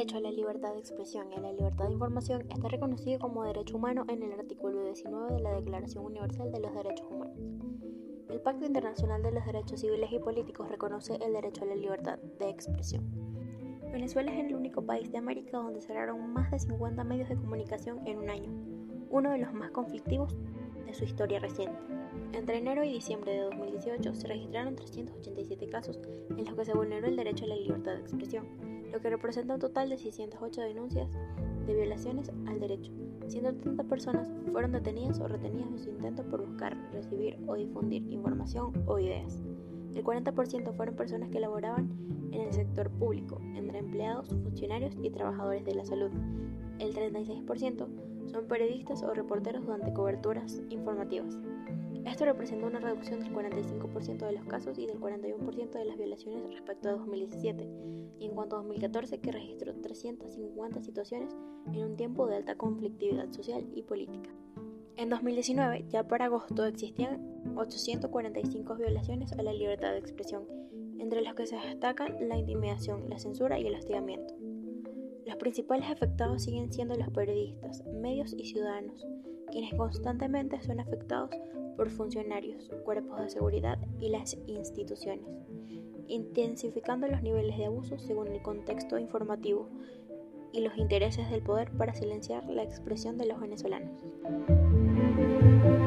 derecho a la libertad de expresión y a la libertad de información está reconocido como derecho humano en el artículo 19 de la Declaración Universal de los Derechos Humanos. El Pacto Internacional de los Derechos Civiles y Políticos reconoce el derecho a la libertad de expresión. Venezuela es el único país de América donde cerraron más de 50 medios de comunicación en un año, uno de los más conflictivos de su historia reciente. Entre enero y diciembre de 2018 se registraron 387 casos en los que se vulneró el derecho a la libertad de expresión, lo que representa un total de 608 denuncias de violaciones al derecho. 130 personas fueron detenidas o retenidas en su intento por buscar, recibir o difundir información o ideas. El 40% fueron personas que laboraban en el sector público, entre empleados, funcionarios y trabajadores de la salud. El 36% son periodistas o reporteros durante coberturas informativas. Esto representa una reducción del 45% de los casos y del 41% de las violaciones respecto a 2017, y en cuanto a 2014, que registró 350 situaciones en un tiempo de alta conflictividad social y política. En 2019, ya para agosto, existían 845 violaciones a la libertad de expresión, entre las que se destacan la intimidación, la censura y el hostigamiento. Los principales afectados siguen siendo los periodistas, medios y ciudadanos, quienes constantemente son afectados por funcionarios, cuerpos de seguridad y las instituciones, intensificando los niveles de abuso según el contexto informativo y los intereses del poder para silenciar la expresión de los venezolanos.